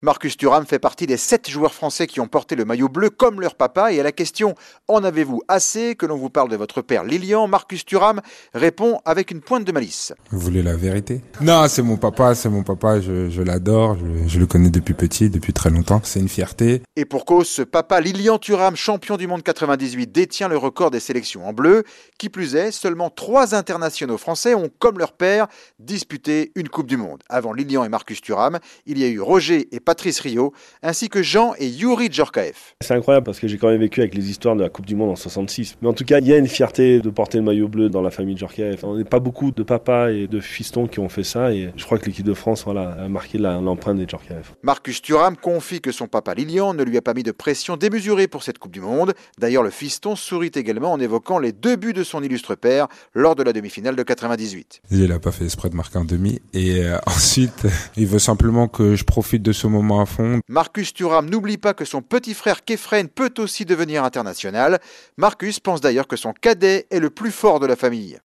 Marcus Thuram fait partie des 7 joueurs français qui ont porté le maillot bleu comme leur papa. Et à la question « En avez-vous assez que l'on vous parle de votre père Lilian ?» Marcus Thuram répond avec une pointe de malice. Vous voulez la vérité? Non, c'est mon papa, je l'adore, je le connais depuis petit, depuis très longtemps. C'est une fierté. Et pour cause, ce papa Lilian Thuram, champion du monde 98, détient le record des sélections en bleu. Qui plus est, seulement 3 internationaux français ont, comme leur père, disputé une Coupe du Monde. Avant Lilian et Marcus Thuram, il y a eu Roger et Patrice Riot, ainsi que Jean et Youri Djorkaeff. C'est incroyable parce que j'ai quand même vécu avec les histoires de la Coupe du Monde en 66. Mais en tout cas, il y a une fierté de porter le maillot bleu dans la famille Djorkaeff. On n'est pas beaucoup de papas et de fistons qui ont fait ça et je crois que l'équipe de France a marqué l'empreinte des Djorkaeff. Marcus Thuram confie que son papa Lilian ne lui a pas mis de pression démesurée pour cette Coupe du Monde. D'ailleurs, le fiston sourit également en évoquant les 2 buts de son illustre père lors de la demi-finale de 98. Il n'a pas fait exprès de marquer un demi et ensuite, il veut simplement que je profite de ce moment à fond. Marcus Thuram n'oublie pas que son petit frère Kefren peut aussi devenir international. Marcus pense d'ailleurs que son cadet est le plus fort de la famille.